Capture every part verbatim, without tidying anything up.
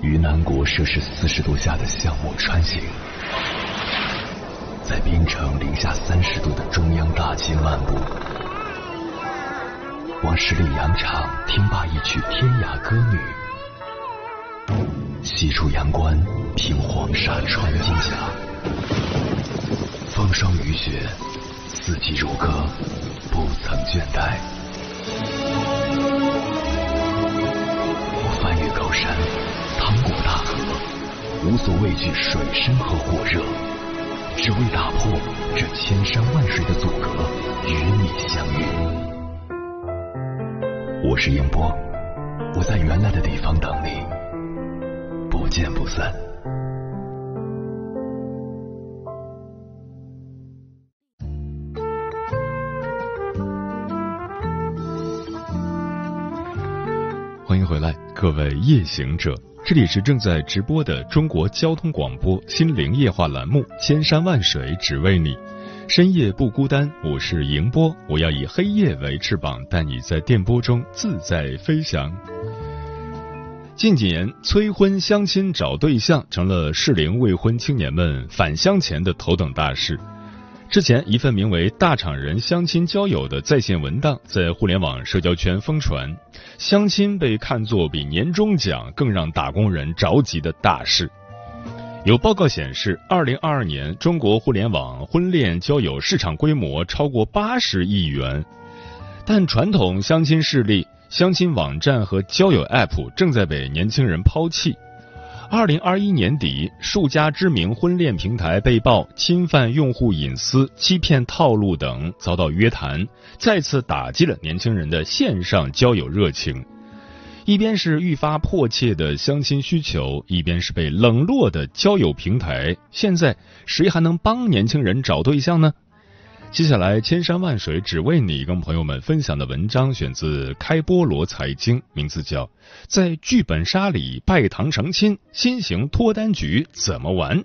于南国摄氏四十度下的项目穿行，在冰城零下三十度的中央大街漫步，往十里洋场听罢一曲天涯歌女，西出阳关凭黄沙穿金甲，风霜雨雪，四季如歌，不曾倦怠。我翻越高山，趟过大河，无所畏惧水深和火热，只为打破这千山万水的阻隔，与你相遇。我是英波，我在原来的地方等你，不见不散。 欢迎回来，各位夜行者，这里是正在直播的中国交通广播心灵夜话栏目《千山万水只为你》，深夜不孤单，我是迎波，我要以黑夜为翅膀，带你在电波中自在飞翔。近几年，催婚相亲找对象成了适龄未婚青年们返乡前的头等大事。之前，一份名为《大厂人相亲交友》的在线文档在互联网社交圈疯传，相亲被看作比年终奖更让打工人着急的大事。有报告显示，二零二二年中国互联网婚恋交友市场规模超过八十亿元，但传统相亲势力、相亲网站和交友 App 正在被年轻人抛弃。二零二一年底，数家知名婚恋平台被曝侵犯用户隐私、欺骗套路等遭到约谈，再次打击了年轻人的线上交友热情。一边是愈发迫切的相亲需求，一边是被冷落的交友平台，现在谁还能帮年轻人找对象呢？接下来千山万水只为你跟朋友们分享的文章选自开波罗财经，名字叫在剧本杀里拜堂成亲，新型脱单局怎么玩。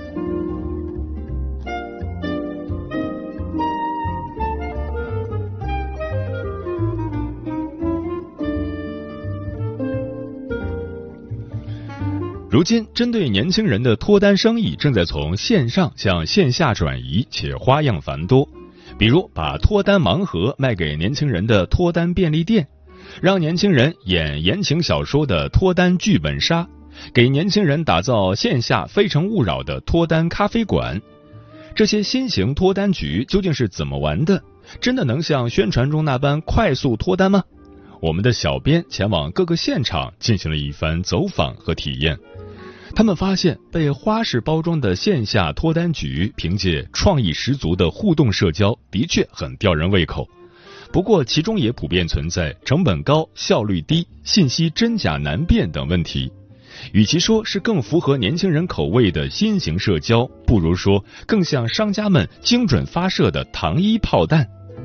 如今，针对年轻人的脱单生意正在从线上向线下转移，且花样繁多。比如，把脱单盲盒卖给年轻人的脱单便利店，让年轻人演言情小说的脱单剧本杀，给年轻人打造线下非诚勿扰的脱单咖啡馆。这些新型脱单局究竟是怎么玩的？真的能像宣传中那般快速脱单吗？我们的小编前往各个现场进行了一番走访和体验。他们发现，被花式包装的线下脱单局，凭借创意十足的互动社交，的确很吊人胃口。不过，其中也普遍存在成本高、效率低、信息真假难辨等问题。与其说是更符合年轻人口味的新型社交，不如说更像商家们精准发射的糖衣炮弹。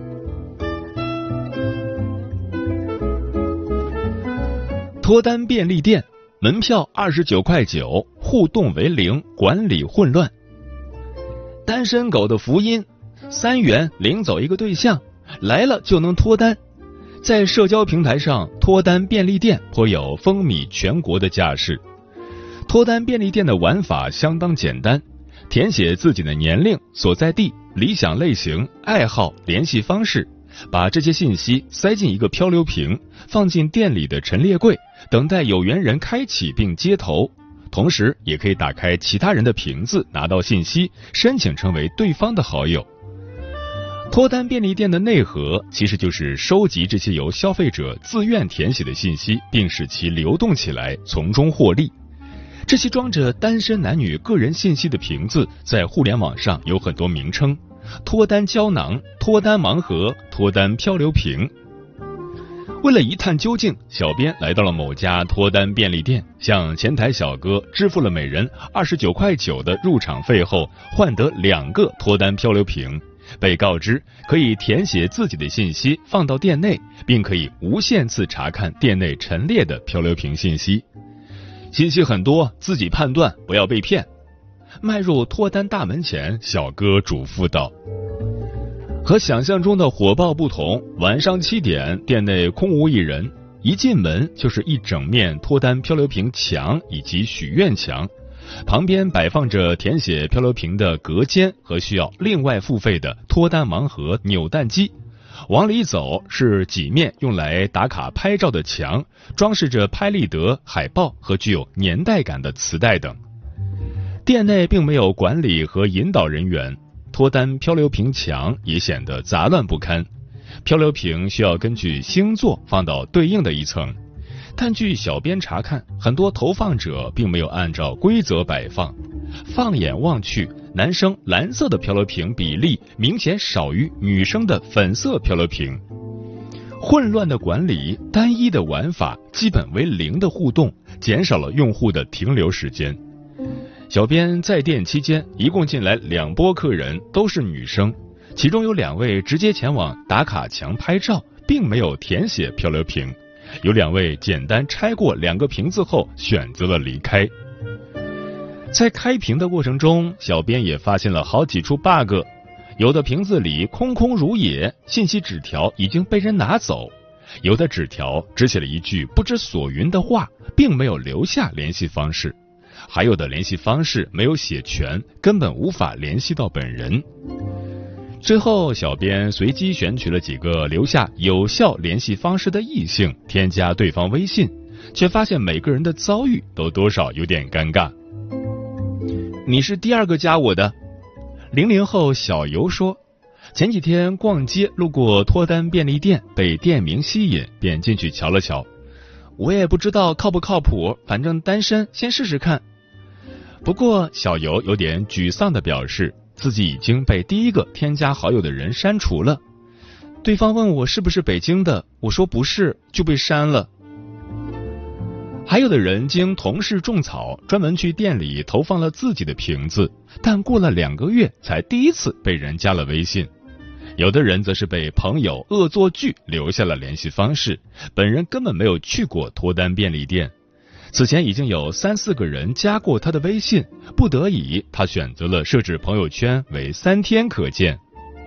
脱单便利店。门票二十九块九，互动为零，管理混乱。单身狗的福音，三元领走一个对象，来了就能脱单。在社交平台上，脱单便利店颇有风靡全国的架势。脱单便利店的玩法相当简单，填写自己的年龄、所在地、理想类型、爱好、联系方式，把这些信息塞进一个漂流瓶，放进店里的陈列柜，等待有缘人开启并接头，同时也可以打开其他人的瓶子，拿到信息，申请成为对方的好友。脱单便利店的内核其实就是收集这些由消费者自愿填写的信息，并使其流动起来，从中获利。这些装着单身男女个人信息的瓶子，在互联网上有很多名称：脱单胶囊、脱单盲盒、脱单漂流瓶。为了一探究竟，小编来到了某家脱单便利店，向前台小哥支付了每人二十九块九的入场费后，换得两个脱单漂流瓶。被告知可以填写自己的信息放到店内，并可以无限次查看店内陈列的漂流瓶信息。信息很多，自己判断，不要被骗。迈入脱单大门前，小哥嘱咐道。和想象中的火爆不同，晚上七点，店内空无一人。 一进门就是一整面脱单漂流瓶墙以及许愿墙，旁边摆放着填写漂流瓶的隔间和需要另外付费的脱单盲盒扭蛋机。往里走是几面用来打卡拍照的墙，装饰着拍立得、海报和具有年代感的磁带等。店内并没有管理和引导人员，脱单漂流瓶墙也显得杂乱不堪。漂流瓶需要根据星座放到对应的一层，但据小编查看，很多投放者并没有按照规则摆放。放眼望去，男生蓝色的漂流瓶比例明显少于女生的粉色漂流瓶。混乱的管理，单一的玩法，基本为零的互动，减少了用户的停留时间。小编在店期间一共进来两波客人，都是女生，其中有两位直接前往打卡墙拍照，并没有填写漂流瓶，有两位简单拆过两个瓶子后选择了离开。在开瓶的过程中，小编也发现了好几处 bug， 有的瓶子里空空如也，信息纸条已经被人拿走，有的纸条只写了一句不知所云的话，并没有留下联系方式，还有的联系方式没有写全，根本无法联系到本人。最后，小编随机选取了几个留下有效联系方式的异性，添加对方微信，却发现每个人的遭遇都多少有点尴尬。你是第二个加我的。零零后小游说，前几天逛街路过脱单便利店，被店名吸引，便进去瞧了瞧。我也不知道靠不靠谱，反正单身，先试试看。不过小游有点沮丧地表示，自己已经被第一个添加好友的人删除了。对方问我是不是北京的，我说不是，就被删了。还有的人经同事种草，专门去店里投放了自己的瓶子，但过了两个月才第一次被人加了微信。有的人则是被朋友恶作剧留下了联系方式，本人根本没有去过脱单便利店。此前已经有三四个人加过他的微信，不得已他选择了设置朋友圈为三天可见。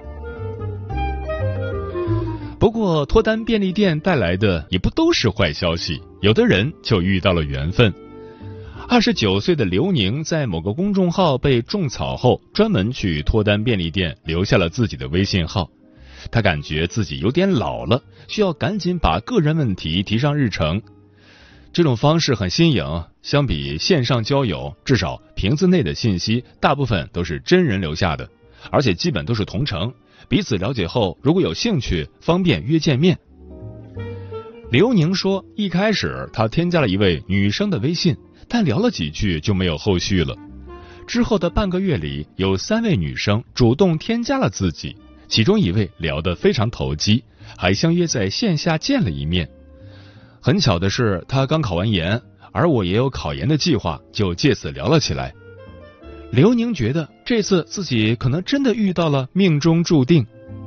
不过脱单便利店带来的也不都是坏消息，有的人就遇到了缘分。二十九岁的刘宁在某个公众号被种草后，专门去脱单便利店留下了自己的微信号。他感觉自己有点老了，需要赶紧把个人问题提上日程。这种方式很新颖，相比线上交友，至少瓶子内的信息大部分都是真人留下的，而且基本都是同城，彼此了解后，如果有兴趣，方便约见面。刘宁说，一开始他添加了一位女生的微信，但聊了几句就没有后续了。之后的半个月里，有三位女生主动添加了自己，其中一位聊得非常投机，还相约在线下见了一面。很巧的是，他刚考完研，而我也有考研的计划，就借此聊了起来。刘宁觉得这次自己可能真的遇到了命中注定。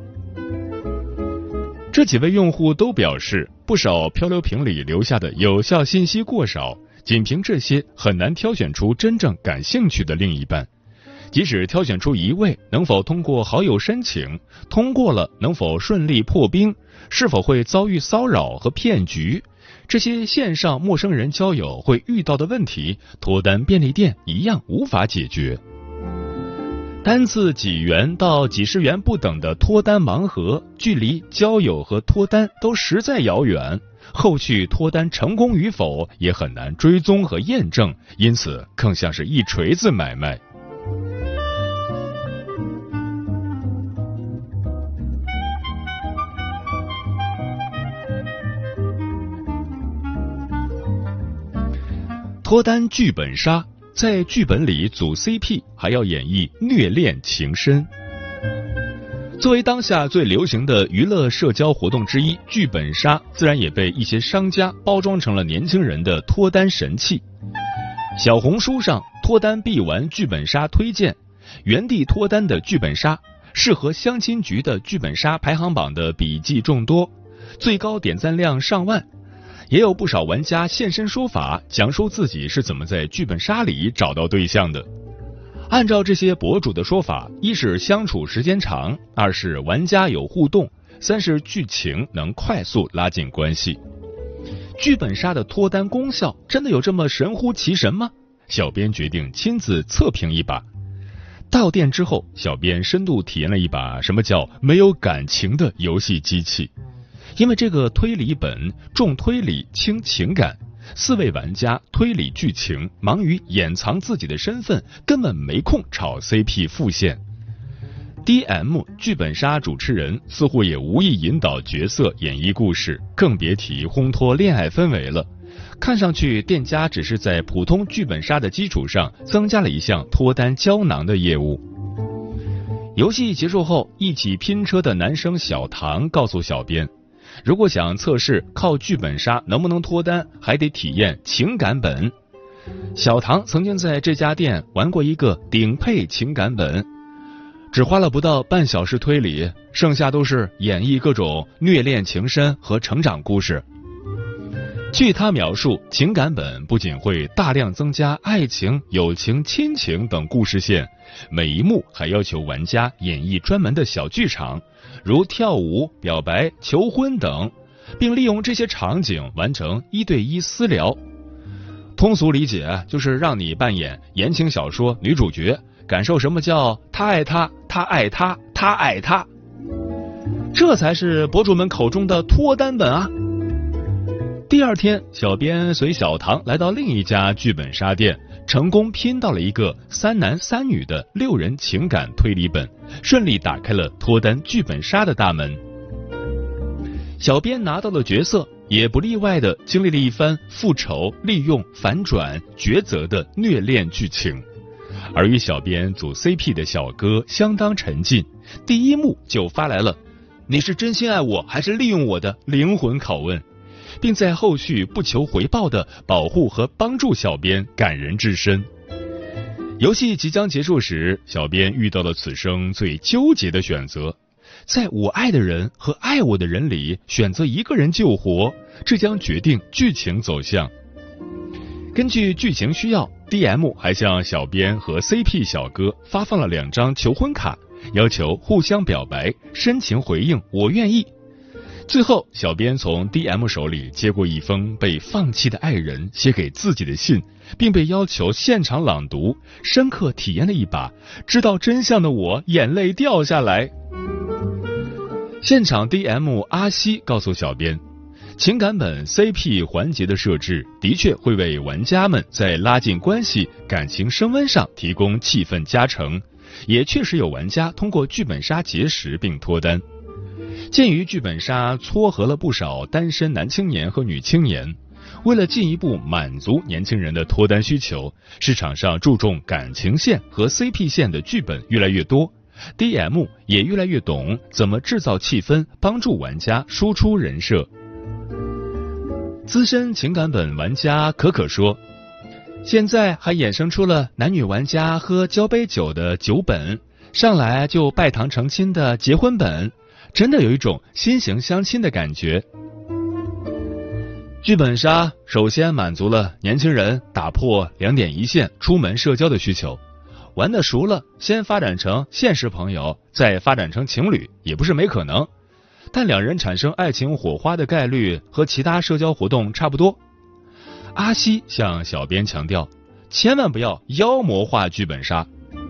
这几位用户都表示，不少漂流瓶里留下的有效信息过少，仅凭这些很难挑选出真正感兴趣的另一半。即使挑选出一位，能否通过好友申请，通过了能否顺利破冰，是否会遭遇骚扰和骗局，这些线上陌生人交友会遇到的问题，脱单便利店一样无法解决。单次几元到几十元不等的脱单盲盒，距离交友和脱单都实在遥远，后续脱单成功与否也很难追踪和验证，因此更像是一锤子买卖。脱单剧本杀，在剧本里组 C P， 还要演绎虐恋情深。作为当下最流行的娱乐社交活动之一，剧本杀自然也被一些商家包装成了年轻人的脱单神器。小红书上脱单必玩剧本杀推荐，原地脱单的剧本杀，适合相亲局的剧本杀排行榜的笔记众多，最高点赞量上万。也有不少玩家现身说法，讲述自己是怎么在剧本杀里找到对象的。按照这些博主的说法，一是相处时间长，二是玩家有互动，三是剧情能快速拉近关系。 剧本杀的脱单功效真的有这么神乎其神吗？小编决定亲自测评一把。到店之后，小编深度体验了一把什么叫没有感情的游戏机器。因为这个推理本重推理轻情感，四位玩家推理剧情，忙于掩藏自己的身份，根本没空炒 C P 副线。D M 剧本杀主持人似乎也无意引导角色演绎故事，更别提烘托恋爱氛围了。看上去店家只是在普通剧本杀的基础上增加了一项脱单胶囊的业务。游戏结束后，一起拼车的男生小唐告诉小编，如果想测试靠剧本杀能不能脱单，还得体验情感本。小唐曾经在这家店玩过一个顶配情感本，只花了不到半小时推理，剩下都是演绎各种虐恋情深和成长故事。据他描述，情感本不仅会大量增加爱情、友情、亲情等故事线，每一幕还要求玩家演绎专门的小剧场，如跳舞、表白、求婚等，并利用这些场景完成一对一私聊。通俗理解就是让你扮演言情小说女主角，感受什么叫他爱他，他爱他，他爱他，这才是博主们口中的脱单本啊！第二天，小编随小唐来到另一家剧本杀店，成功拼到了一个三男三女的六人情感推理本，顺利打开了脱单剧本杀的大门。小编拿到了角色，也不例外的经历了一番复仇、利用、反转、抉择的虐恋剧情。而与小编组 C P 的小哥相当沉浸，第一幕就发来了你是真心爱我还是利用我的灵魂拷问，并在后续不求回报的保护和帮助小编感人至深。游戏即将结束时，小编遇到了此生最纠结的选择，在我爱的人和爱我的人里选择一个人救活，这将决定剧情走向。根据剧情需要， D M 还向小编和 C P 小哥发放了两张求婚卡，要求互相表白，深情回应我愿意。最后，小编从 D M 手里接过一封被放弃的爱人写给自己的信，并被要求现场朗读，深刻体验了一把知道真相的我眼泪掉下来。现场 D M 阿西告诉小编，情感本 C P 环节的设置的确会为玩家们在拉近关系、感情升温上提供气氛加成，也确实有玩家通过剧本杀结识并脱单。鉴于剧本杀撮合了不少单身男青年和女青年，为了进一步满足年轻人的脱单需求，市场上注重感情线和 C P 线的剧本越来越多， D M 也越来越懂怎么制造气氛，帮助玩家输出人设。资深情感本玩家可可说，现在还衍生出了男女玩家喝交杯酒的酒本，上来就拜堂成亲的结婚本，真的有一种新型相亲的感觉。剧本杀首先满足了年轻人打破两点一线出门社交的需求，玩得熟了，先发展成现实朋友，再发展成情侣也不是没可能，但两人产生爱情火花的概率和其他社交活动差不多。阿西向小编强调，千万不要妖魔化剧本杀。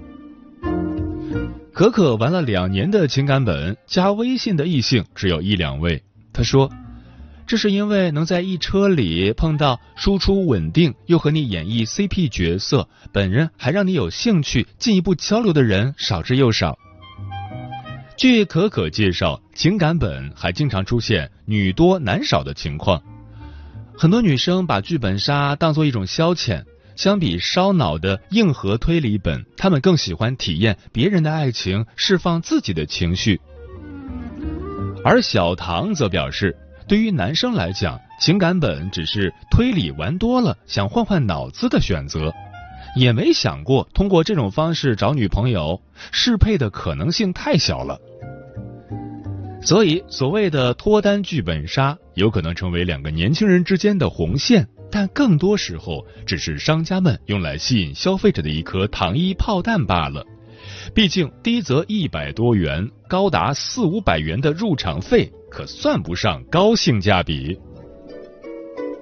可可玩了两年的情感本，加微信的异性只有一两位。他说，这是因为能在一车里碰到输出稳定又和你演绎 C P 角色，本人还让你有兴趣进一步交流的人少之又少。据可可介绍，情感本还经常出现女多男少的情况，很多女生把剧本杀当作一种消遣，相比烧脑的硬核推理本，她们更喜欢体验别人的爱情，释放自己的情绪。而小唐则表示，对于男生来讲，情感本只是推理玩多了想换换脑子的选择，也没想过通过这种方式找女朋友，适配的可能性太小了。所以所谓的脱单剧本杀有可能成为两个年轻人之间的红线，但更多时候只是商家们用来吸引消费者的一颗糖衣炮弹罢了。毕竟低则一百多元，高达四五百元的入场费可算不上高性价比。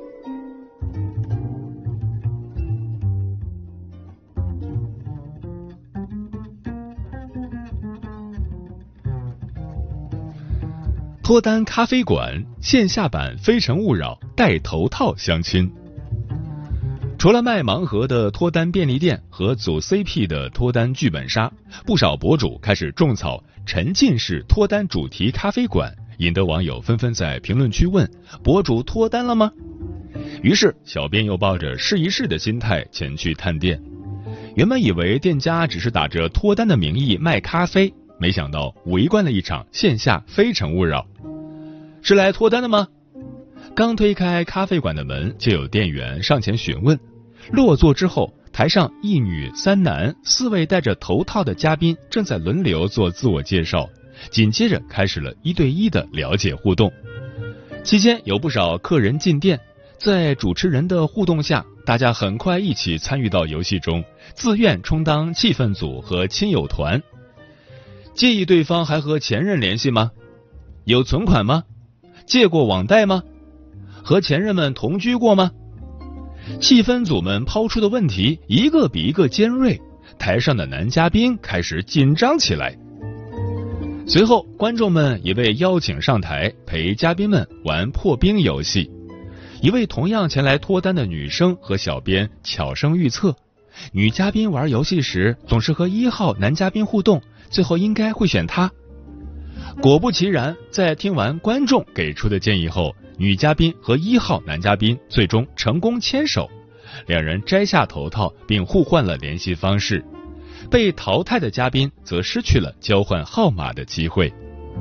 脱单咖啡馆线下版非诚勿扰戴头套相亲。除了卖盲盒的脱单便利店和组 C P 的脱单剧本杀，不少博主开始种草沉浸式脱单主题咖啡馆，引得网友纷纷在评论区问博主脱单了吗？于是小编又抱着试一试的心态前去探店。原本以为店家只是打着脱单的名义卖咖啡，没想到围观了一场线下非诚勿扰。是来脱单的吗？刚推开咖啡馆的门，就有店员上前询问。落座之后，台上一女三男四位戴着头套的嘉宾正在轮流做自我介绍，紧接着开始了一对一的了解互动。期间有不少客人进店，在主持人的互动下，大家很快一起参与到游戏中，自愿充当气氛组和亲友团。介意对方还和前任联系吗？有存款吗？借过网贷吗？和前任们同居过吗？气氛组们抛出的问题一个比一个尖锐，台上的男嘉宾开始紧张起来。随后观众们也被邀请上台陪嘉宾们玩破冰游戏。一位同样前来脱单的女生和小编巧声预测，女嘉宾玩游戏时总是和一号男嘉宾互动，最后应该会选他。果不其然，在听完观众给出的建议后，女嘉宾和一号男嘉宾最终成功牵手，两人摘下头套并互换了联系方式。被淘汰的嘉宾则失去了交换号码的机会。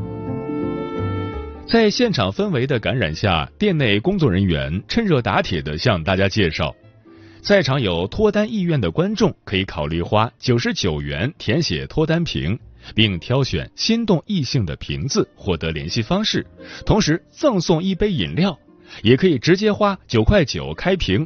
在现场氛围的感染下，店内工作人员趁热打铁地向大家介绍，在场有脱单意愿的观众可以考虑花九十九元填写脱单屏，并挑选心动异性的瓶子获得联系方式，同时赠送一杯饮料，也可以直接花九块九开瓶。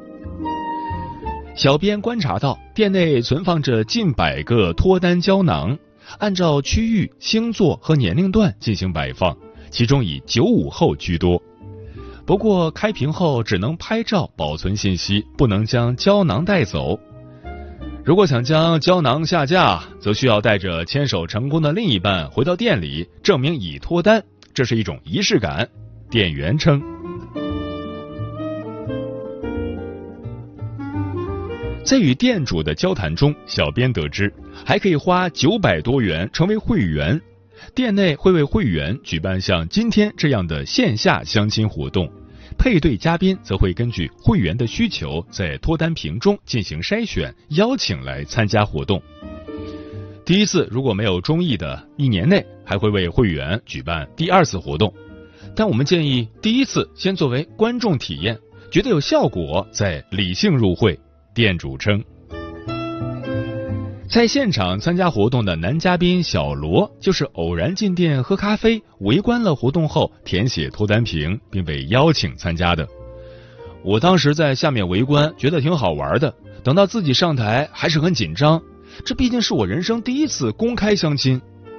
小编观察到，店内存放着近百个脱单胶囊，按照区域、星座和年龄段进行摆放，其中以九五后居多。不过开瓶后只能拍照保存信息，不能将胶囊带走。如果想将胶囊下架，则需要带着牵手成功的另一半回到店里证明已脱单，这是一种仪式感。店员称，在与店主的交谈中，小编得知还可以花九百多元成为会员，店内会为会员举办像今天这样的线下相亲活动，配对嘉宾则会根据会员的需求在脱单屏中进行筛选，邀请来参加活动。第一次如果没有中意的，一年内还会为会员举办第二次活动，但我们建议第一次先作为观众体验，觉得有效果再理性入会。店主称，在现场参加活动的男嘉宾小罗就是偶然进店喝咖啡，围观了活动后填写脱单屏，并被邀请参加的。我当时在下面围观，觉得挺好玩的，等到自己上台还是很紧张，这毕竟是我人生第一次公开相亲。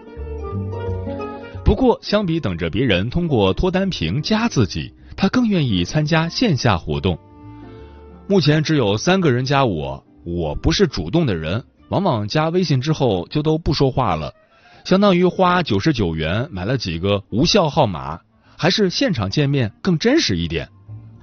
不过相比等着别人通过脱单屏加自己，他更愿意参加线下活动。目前只有三个人加我，我不是主动的人，往往加微信之后就都不说话了，相当于花九十九元买了几个无效号码，还是现场见面更真实一点。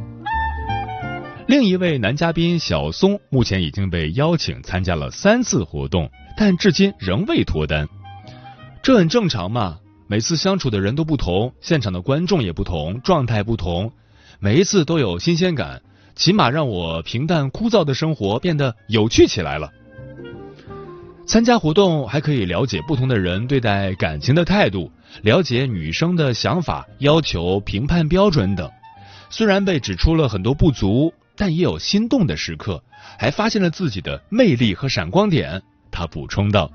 另一位男嘉宾小松目前已经被邀请参加了三次活动，但至今仍未脱单。这很正常嘛，每次相处的人都不同，现场的观众也不同，状态不同，每一次都有新鲜感，起码让我平淡枯燥的生活变得有趣起来了。参加活动还可以了解不同的人对待感情的态度，了解女生的想法、要求、评判标准等。虽然被指出了很多不足，但也有心动的时刻，还发现了自己的魅力和闪光点。他补充道。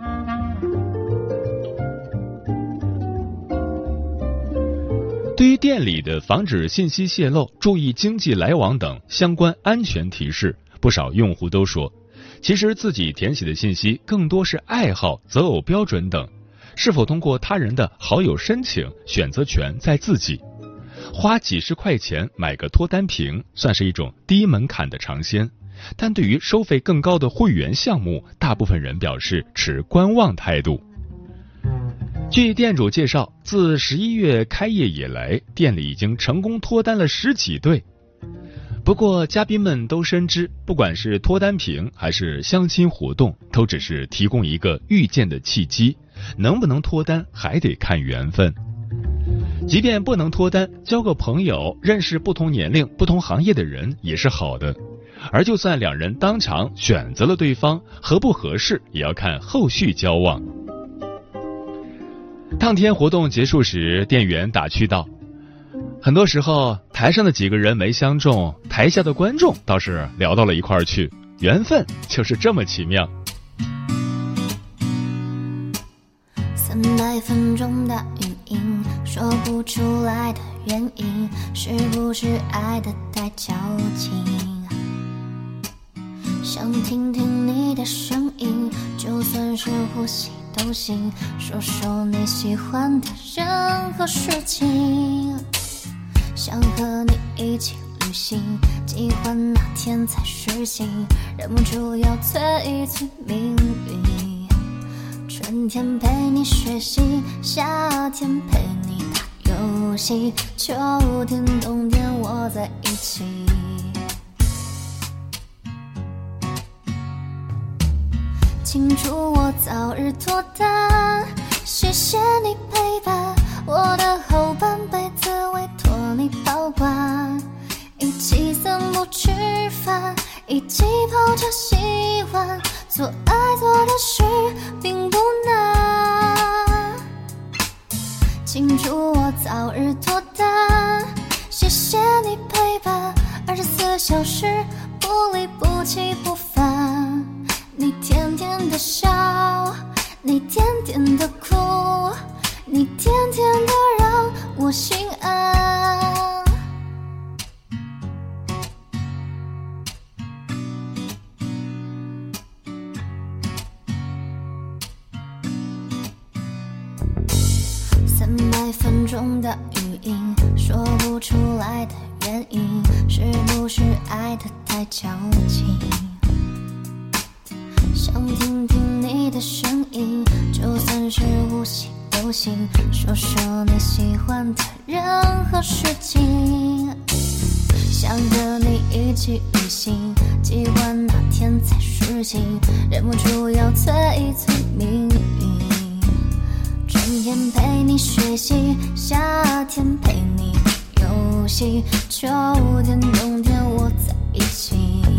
对于店里的防止信息泄露、注意经济来往等相关安全提示，不少用户都说，其实自己填写的信息更多是爱好、择偶标准等，是否通过他人的好友申请，选择权在自己。花几十块钱买个脱单屏算是一种低门槛的尝鲜，但对于收费更高的会员项目，大部分人表示持观望态度。 据店主介绍，自十一月开业以来，店里已经成功脱单了十几对。不过嘉宾们都深知，不管是脱单屏还是相亲活动，都只是提供一个遇见的契机，能不能脱单还得看缘分。即便不能脱单，交个朋友，认识不同年龄不同行业的人也是好的。而就算两人当场选择了对方，合不合适也要看后续交往。当天活动结束时，店员打趣道，很多时候台上的几个人没相中，台下的观众倒是聊到了一块儿去，缘分就是这么奇妙。 三百分钟的语音，说不出来的原因，是不是爱得太矫情？想听听你的声音，就算是呼吸都行，说说你喜欢的人和事情，想和你一起旅行，计划那天才实行，忍不住要催一催命运。春天陪你学习，夏天陪你打游戏，秋天冬天我在一起。庆祝我早日脱单，谢谢你陪伴，我的后半辈子委托你保管，一起散步吃饭，一起泡茶洗碗，做爱做的事并不难。庆祝我早日脱单，谢谢你陪伴，二十四小时不离不弃不烦。你甜甜的笑，你甜甜的哭，你甜甜的让我心安。三百分钟的语音，说不出来的原因，是不是爱得太矫情？想听听你的声音，就算是呼吸都行，说说你喜欢的人和事情，想和你一起旅行，计划那天才实行，忍不住要催一催命运。春天陪你学习，夏天陪你打游戏，秋天冬天我在一起。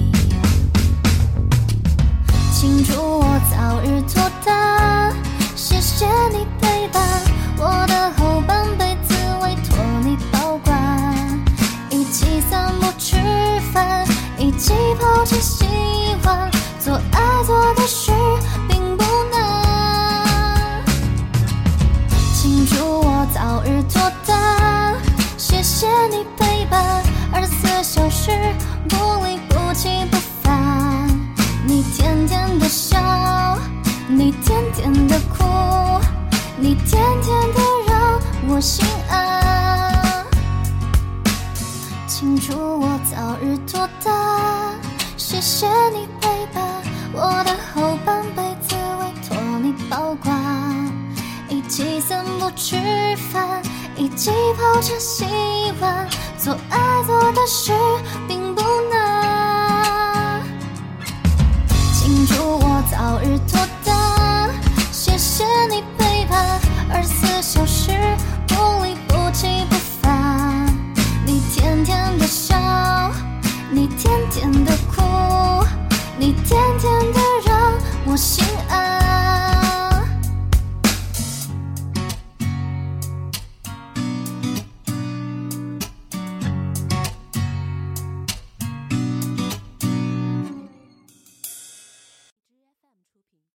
庆祝我早日脱单，谢谢你陪伴，我的后半辈子委托你保管，一起散步吃饭，一起泡茶洗碗，做爱做的事并不难。庆祝我早日脱单，谢谢你陪伴，二十四小时不离不弃不烦。你甜甜的笑，你甜甜的哭，你甜甜的让我心安。庆祝我早日脱单，谢谢你陪伴，我的后半辈子委托你保管，一起散步吃饭，一起泡茶洗碗，做爱做的事并不难。庆祝我早日脱单，谢谢你陪伴，二十四小时不离不弃不烦。你甜甜的笑，你甜甜的哭，你甜甜的让我心安。